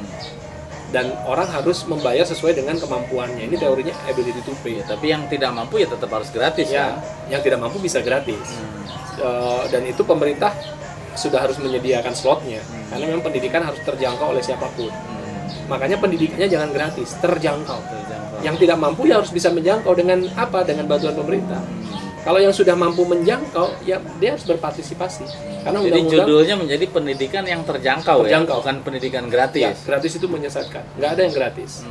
Dan orang harus membayar sesuai dengan kemampuannya. Ini teorinya ability to pay. Tapi yang tidak mampu ya tetap harus gratis ya. Yang tidak mampu bisa gratis. Dan itu pemerintah sudah harus menyediakan slotnya. Karena memang pendidikan harus terjangkau oleh siapapun. Makanya pendidikannya jangan gratis, terjangkau. Yang tidak mampu ya harus bisa menjangkau dengan apa? Dengan bantuan pemerintah. Kalau yang sudah mampu menjangkau, ya dia harus berpartisipasi. Karena jadi judulnya menjadi pendidikan yang terjangkau. Ya, bukan pendidikan gratis. Ya, gratis itu menyesatkan. Nggak ada yang gratis.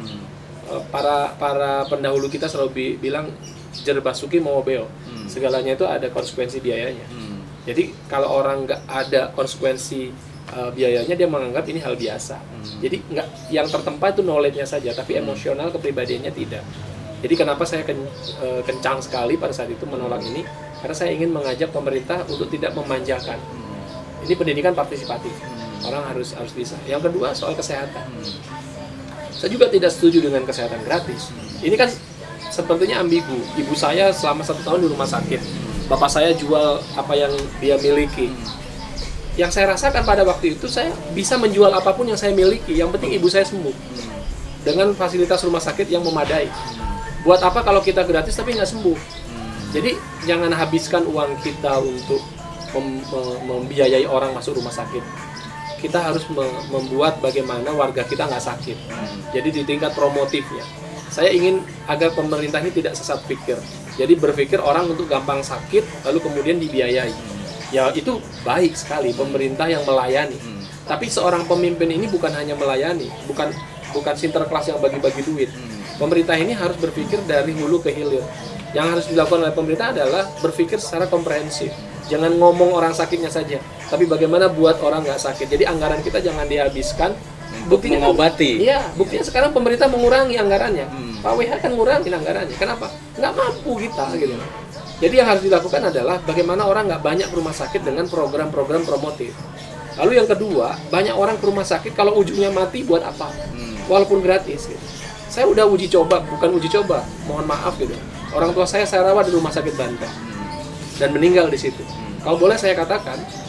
Para pendahulu kita selalu bilang jer basuki mau beo. Segalanya itu ada konsekuensi biayanya. Jadi kalau orang nggak ada konsekuensi biayanya, dia menganggap ini hal biasa. Jadi nggak, yang tertempa itu knowledge-nya saja, tapi emosional kepribadiannya tidak. Jadi kenapa saya kencang sekali pada saat itu menolak ini? Karena saya ingin mengajak pemerintah untuk tidak memanjakan. Ini pendidikan partisipatif. Orang harus bisa. Yang kedua soal kesehatan. Saya juga tidak setuju dengan kesehatan gratis. Ini kan sepertinya ambigu. Ibu saya selama 1 tahun di rumah sakit. Bapak saya jual apa yang dia miliki. Yang saya rasakan pada waktu itu, saya bisa menjual apapun yang saya miliki. Yang penting ibu saya sembuh. Dengan fasilitas rumah sakit yang memadai. Buat apa kalau kita gratis tapi nggak sembuh? Jadi jangan habiskan uang kita untuk membiayai orang masuk rumah sakit. Kita harus membuat bagaimana warga kita nggak sakit. Jadi di tingkat promotifnya, saya ingin agar pemerintah ini tidak sesat pikir. Jadi berpikir orang untuk gampang sakit lalu kemudian dibiayai. Ya itu baik sekali pemerintah yang melayani. Tapi seorang pemimpin ini bukan hanya melayani, bukan sinterklas yang bagi-bagi duit. Pemerintah ini harus berpikir dari hulu ke hilir. Yang harus dilakukan oleh pemerintah adalah berpikir secara komprehensif. Jangan ngomong orang sakitnya saja, tapi bagaimana buat orang nggak sakit. Jadi anggaran kita jangan dihabiskan. Buktinya mengobati. Iya, buktinya sekarang pemerintah mengurangi anggarannya. Pak WH kan ngurangin anggarannya. Kenapa? Nggak mampu kita gitu. Jadi yang harus dilakukan adalah bagaimana orang nggak banyak ke rumah sakit dengan program-program promotif. Lalu yang kedua, banyak orang ke rumah sakit kalau ujungnya mati buat apa? Walaupun gratis gitu. Saya udah uji coba, bukan uji coba, mohon maaf gitu. Orang tua saya rawat di rumah sakit Banten dan meninggal di situ. Kalau boleh saya katakan,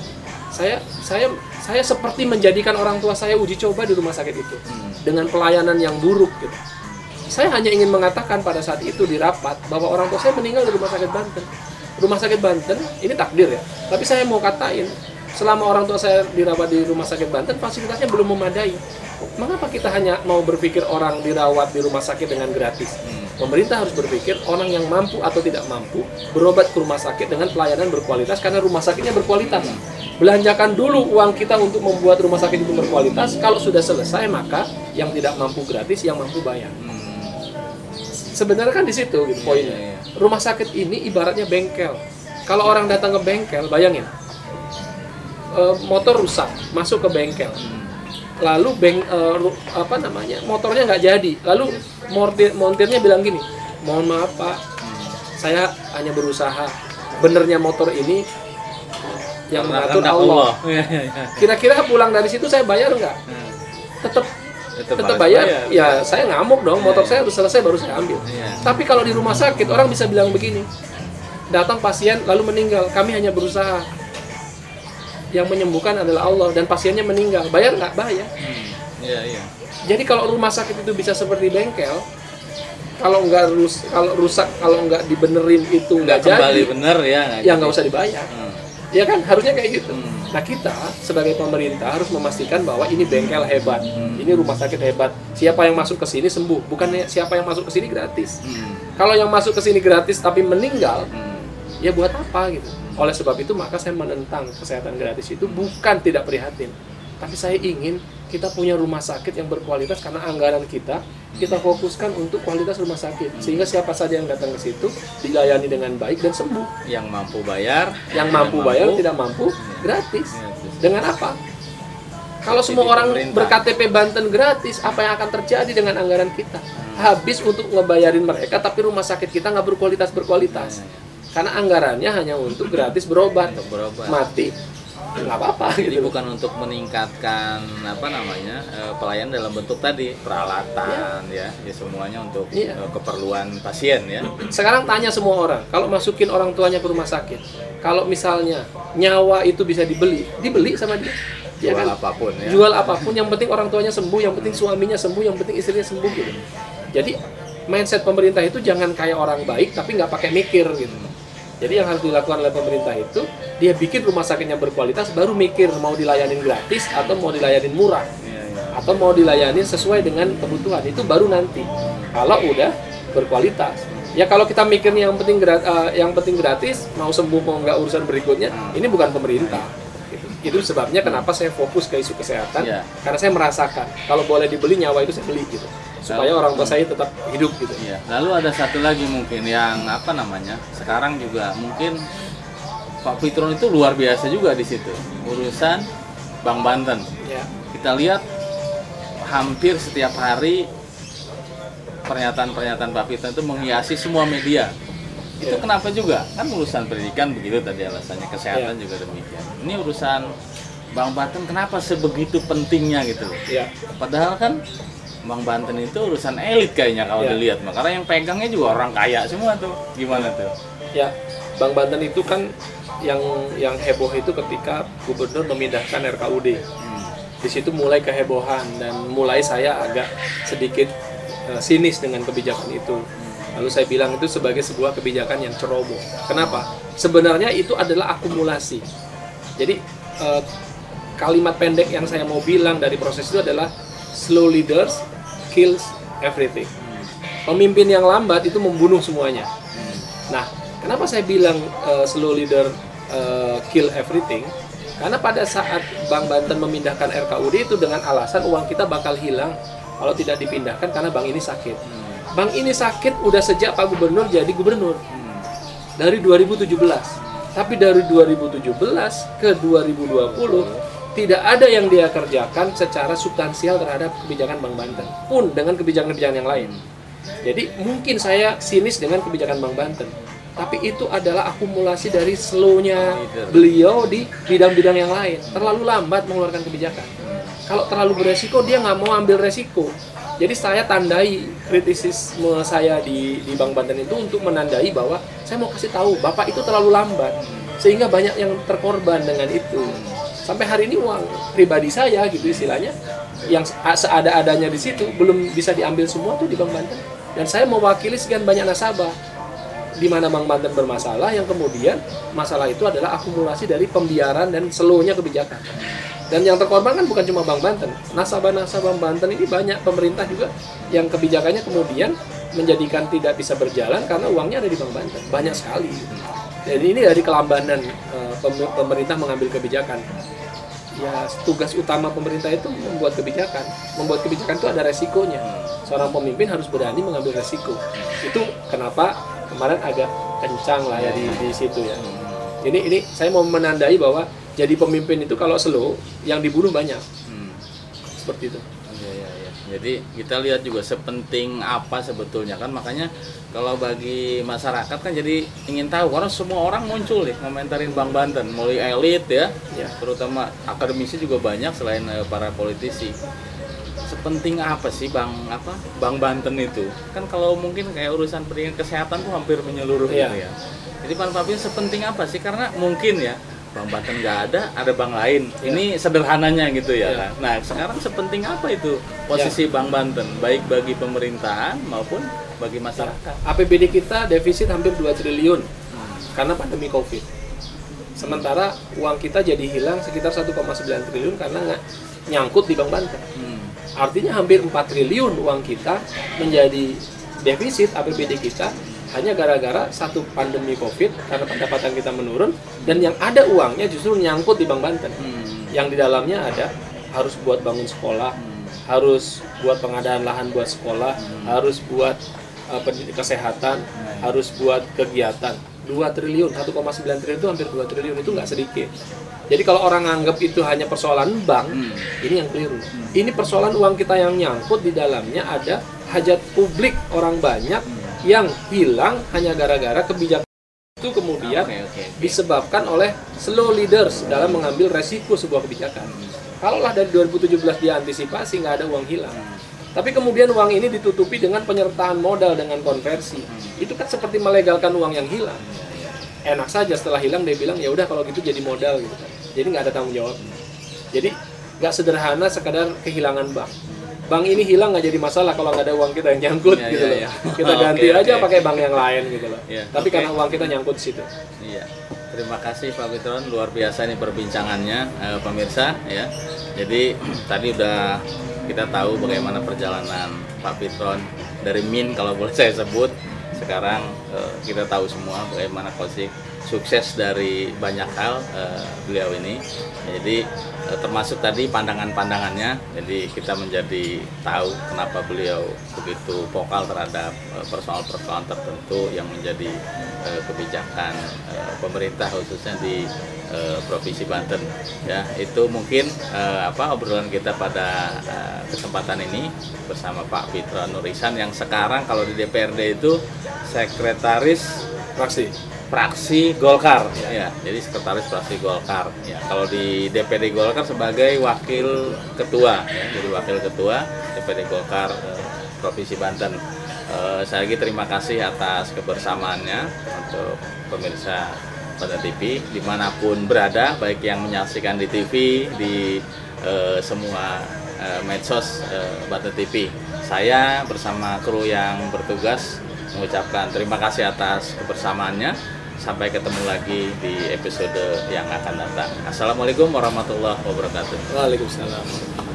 saya seperti menjadikan orang tua saya uji coba di rumah sakit itu dengan pelayanan yang buruk gitu. Saya hanya ingin mengatakan pada saat itu di rapat bahwa orang tua saya meninggal di rumah sakit Banten. Rumah sakit Banten ini takdir ya. Tapi saya mau katain, selama orang tua saya dirawat di rumah sakit Banten, fasilitasnya belum memadai. Mengapa kita hanya mau berpikir orang dirawat di rumah sakit dengan gratis? Pemerintah harus berpikir orang yang mampu atau tidak mampu berobat ke rumah sakit dengan pelayanan berkualitas karena rumah sakitnya berkualitas. Belanjakan dulu uang kita untuk membuat rumah sakit itu berkualitas. Kalau sudah selesai, maka yang tidak mampu gratis, yang mampu bayar. Sebenarnya kan di situ gitu poinnya. Rumah sakit ini ibaratnya bengkel. Kalau orang datang ke bengkel, bayangin, motor rusak, masuk ke bengkel. Lalu motornya nggak jadi. Lalu montirnya bilang gini, mohon maaf Pak, saya hanya berusaha. Benernya motor ini yang mengatur Allah. Kira-kira pulang dari situ saya bayar nggak? Tetap bayar. Ya saya ngamuk dong, motor saya harus selesai baru saya ambil. Tapi kalau di rumah sakit orang bisa bilang begini, datang pasien lalu meninggal, kami hanya berusaha. Yang menyembuhkan adalah Allah dan pasiennya meninggal, bayar nggak? Bayar. Jadi kalau rumah sakit itu bisa seperti bengkel, kalau rusak, kalau nggak dibenerin itu nggak jadi, bener ya nggak usah dibayar. Ya kan, harusnya kayak gitu. Nah kita sebagai pemerintah harus memastikan bahwa ini bengkel hebat, ini rumah sakit hebat. Siapa yang masuk ke sini sembuh, bukannya siapa yang masuk ke sini gratis. Kalau yang masuk ke sini gratis tapi meninggal, ya buat apa gitu. Oleh sebab itu maka saya menentang kesehatan gratis itu, bukan tidak prihatin, tapi saya ingin kita punya rumah sakit yang berkualitas karena anggaran kita fokuskan untuk kualitas rumah sakit sehingga siapa saja yang datang ke situ dilayani dengan baik dan sembuh. Yang mampu bayar, tidak mampu gratis. Dengan apa? Kalau semua orang berKTP Banten gratis, apa yang akan terjadi dengan anggaran kita? Habis untuk ngebayarin mereka, tapi rumah sakit kita nggak berkualitas. Karena anggarannya hanya untuk gratis berobat. Mati nggak apa-apa. Jadi gitu. bukan untuk meningkatkan pelayanan dalam bentuk tadi peralatan ya semuanya untuk keperluan pasien ya. Sekarang tanya semua orang, kalau masukin orang tuanya ke rumah sakit, kalau misalnya nyawa itu bisa dibeli sama dia. Jual apapun, yang penting orang tuanya sembuh, yang penting suaminya sembuh, yang penting istrinya sembuh gitu. Jadi mindset pemerintah itu jangan kayak orang baik tapi nggak pakai mikir gitu. Jadi yang harus dilakukan oleh pemerintah itu, dia bikin rumah sakitnya berkualitas, baru mikir mau dilayanin gratis atau mau dilayanin murah, atau mau dilayanin sesuai dengan kebutuhan. Itu baru nanti. Kalau udah berkualitas. Ya kalau kita mikirnya yang penting gratis, mau sembuh mau nggak urusan berikutnya, ini bukan pemerintah. Itu sebabnya kenapa saya fokus ke isu kesehatan, karena saya merasakan kalau boleh dibeli nyawa itu saya beli gitu, supaya orang tua saya tetap hidup gitu. Lalu ada satu lagi mungkin yang sekarang juga mungkin Pak Fitron itu luar biasa juga di situ urusan Bank Banten. Kita lihat hampir setiap hari pernyataan Pak Fitron itu menghiasi semua media. Itu kenapa juga? Kan urusan pendidikan begitu tadi alasannya, kesehatan juga demikian. Ini urusan Bank Banten kenapa sebegitu pentingnya gitu? Padahal kan Bank Banten itu urusan elit kayaknya kalau dilihat, karena yang pegangnya juga orang kaya semua tuh. Gimana tuh? Bank Banten itu kan yang heboh itu ketika gubernur memindahkan RKUD. Di situ mulai kehebohan dan mulai saya agak sedikit sinis dengan kebijakan itu. Lalu saya bilang itu sebagai sebuah kebijakan yang ceroboh. Kenapa? Sebenarnya itu adalah akumulasi. Jadi kalimat pendek yang saya mau bilang dari proses itu adalah slow leaders kills everything. Pemimpin yang lambat itu membunuh semuanya. Nah, kenapa saya bilang slow leader kill everything? Karena pada saat Bank Banten memindahkan RKUD itu dengan alasan uang kita bakal hilang kalau tidak dipindahkan karena bank ini sakit. Bank ini sakit udah sejak Pak Gubernur jadi gubernur dari 2017. Tapi dari 2017 ke 2020 tidak ada yang dia kerjakan secara substansial terhadap kebijakan Bank Banten pun dengan kebijakan-kebijakan yang lain. Jadi mungkin saya sinis dengan kebijakan Bank Banten, tapi itu adalah akumulasi dari slow-nya beliau di bidang-bidang yang lain. Terlalu lambat mengeluarkan kebijakan. Kalau terlalu beresiko dia nggak mau ambil resiko. Jadi saya tandai kritisisme saya di Bank Banten itu untuk menandai bahwa saya mau kasih tahu Bapak itu terlalu lambat sehingga banyak yang terkorban dengan itu. Sampai hari ini uang pribadi saya gitu istilahnya, yang seada-adanya di situ belum bisa diambil semua tuh di Bank Banten. Dan saya mewakili sekian banyak nasabah, di mana Bank Banten bermasalah, yang kemudian masalah itu adalah akumulasi dari pembiaran dan slow-nya kebijakan. Dan yang terkorban kan bukan cuma Bank Banten, nasabah-nasabah Bank Banten ini banyak, pemerintah juga yang kebijakannya kemudian menjadikan tidak bisa berjalan karena uangnya ada di Bank Banten, banyak sekali. Jadi ini dari kelambanan pemerintah mengambil kebijakan. Ya, tugas utama pemerintah itu membuat kebijakan. Membuat kebijakan itu ada resikonya. Seorang pemimpin harus berani mengambil resiko. Itu kenapa kemarin agak kencang lah ya di situ ya. Ini saya mau menandai bahwa jadi pemimpin itu kalau slow, yang dibunuh banyak. Seperti itu. Jadi kita lihat juga sepenting apa sebetulnya kan, makanya kalau bagi masyarakat kan jadi ingin tahu, karena semua orang muncul nih ngomentarin Bank Banten, mulai elit ya, terutama akademisi juga banyak selain para politisi. Sepenting apa sih Bank Banten itu? Kan kalau mungkin kayak urusan pendidikan kesehatan tuh hampir menyeluruh gitu ya. Jadi Pak Pabin sepenting apa sih? Karena mungkin ya Bank Banten nggak ada bank lain. Ini sederhananya gitu ya kan. Nah sekarang sepenting apa itu posisi Bank Banten, baik bagi pemerintahan maupun bagi masyarakat? APBD kita defisit hampir 2 triliun karena pandemi COVID. Sementara uang kita jadi hilang sekitar 1,9 triliun karena nggak nyangkut di Bank Banten. Artinya hampir 4 triliun uang kita menjadi defisit APBD kita hanya gara-gara satu pandemi COVID, karena pendapatan kita menurun, dan yang ada uangnya justru nyangkut di Bank Banten. Yang di dalamnya ada harus buat bangun sekolah, harus buat pengadaan lahan buat sekolah, harus buat kesehatan, harus buat kegiatan. 2 triliun, 1,9 triliun itu hampir 2 triliun, itu nggak sedikit. Jadi kalau orang anggap itu hanya persoalan bank, ini yang keliru. Ini persoalan uang kita yang nyangkut, di dalamnya ada hajat publik orang banyak yang hilang hanya gara-gara kebijakan itu kemudian disebabkan oleh slow leaders dalam mengambil resiko sebuah kebijakan. Kalaulah dari 2017 diantisipasi, nggak ada uang hilang. Tapi kemudian uang ini ditutupi dengan penyertaan modal dengan konversi. Itu kan seperti melegalkan uang yang hilang. Enak saja setelah hilang dia bilang ya udah kalau gitu jadi modal gitu kan. Jadi nggak ada tanggung jawab. Jadi nggak sederhana sekadar kehilangan bank. Bank ini hilang nggak jadi masalah kalau nggak ada uang kita yang nyangkut gitu loh. Kita ganti aja pakai bank yang lain gitu loh. Tapi karena uang kita nyangkut di situ. Iya. Terima kasih Pak Pitron, luar biasa nih perbincangannya pemirsa ya. Jadi tadi udah kita tahu bagaimana perjalanan Pak Pitron dari Min kalau boleh saya sebut. Sekarang kita tahu semua bagaimana sukses dari banyak hal beliau ini. Jadi termasuk tadi pandangan-pandangannya. Jadi kita menjadi tahu kenapa beliau begitu vokal terhadap persoalan-persoalan tertentu yang menjadi kebijakan pemerintah khususnya di Provinsi Banten. Ya, itu mungkin obrolan kita pada kesempatan ini bersama Pak Pitron Nur Ihsan yang sekarang kalau di DPRD itu sekretaris fraksi Golkar ya. Jadi sekretaris fraksi Golkar ya. Kalau di DPD Golkar sebagai wakil ketua ya. Jadi wakil ketua DPD Golkar Provinsi Banten. Saya lagi terima kasih atas kebersamaannya untuk pemirsa Banten TV dimanapun berada, baik yang menyaksikan di TV, di semua medsos Banten TV. Saya bersama kru yang bertugas mengucapkan terima kasih atas kebersamaannya. Sampai ketemu lagi di episode yang akan datang. Assalamualaikum warahmatullahi wabarakatuh. Waalaikumsalam.